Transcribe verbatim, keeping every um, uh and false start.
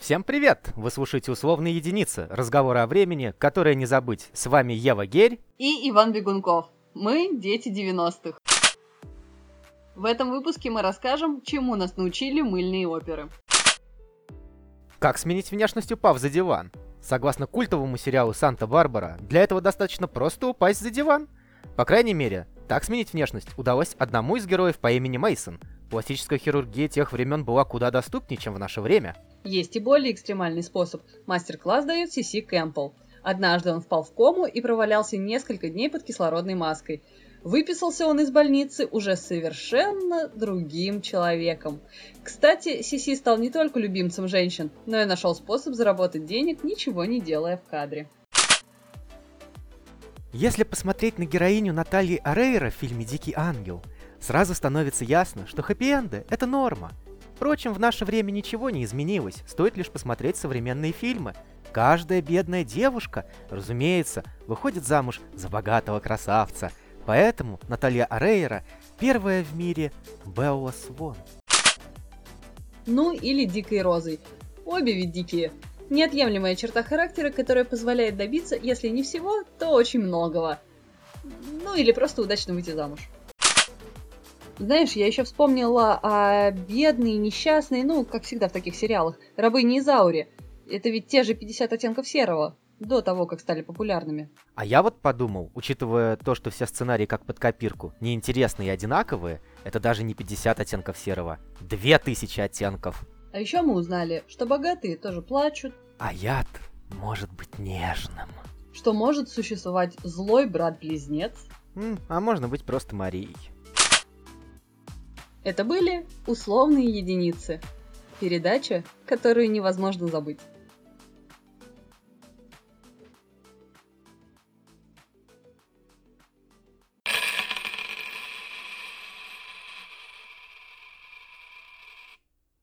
Всем привет! Вы слушаете «Условные единицы», разговоры о времени, которые не забыть. С вами Ева Герь и Иван Бегунков. Мы дети девяностых. В этом выпуске мы расскажем, чему нас научили мыльные оперы. Как сменить внешность, упав за диван? Согласно культовому сериалу «Санта-Барбара», для этого достаточно просто упасть за диван. По крайней мере, так сменить внешность удалось одному из героев по имени Мейсон. Пластическая хирургия тех времен была куда доступнее, чем в наше время. Есть и более экстремальный способ. Мастер-класс дает Си Си Кэмпбелл. Однажды он впал в кому и провалялся несколько дней под кислородной маской. Выписался он из больницы уже совершенно другим человеком. Кстати, Си Си стал не только любимцем женщин, но и нашел способ заработать денег, ничего не делая в кадре. Если посмотреть на героиню Натальи Орейро в фильме «Дикий ангел», сразу становится ясно, что хэппи-энды — это норма. Впрочем, в наше время ничего не изменилось, стоит лишь посмотреть современные фильмы. Каждая бедная девушка, разумеется, выходит замуж за богатого красавца. Поэтому Наталья Орейро — первая в мире Белла Свон. Ну или Дикой Розой. Обе ведь дикие. Неотъемлемая черта характера, которая позволяет добиться, если не всего, то очень многого. Ну или просто удачно выйти замуж. Знаешь, я еще вспомнила о бедной, несчастной, ну, как всегда в таких сериалах, рабыне Изауре. Это ведь те же пятьдесят оттенков серого, до того, как стали популярными. А я вот подумал, учитывая то, что все сценарии как под копирку, неинтересные и одинаковые, это даже не пятьдесят оттенков серого, две тысячи оттенков. А еще мы узнали, что богатые тоже плачут. А яд может быть нежным. Что может существовать злой брат-близнец. М, а можно быть просто Марией. Это были «Условные единицы». Передача, которую невозможно забыть.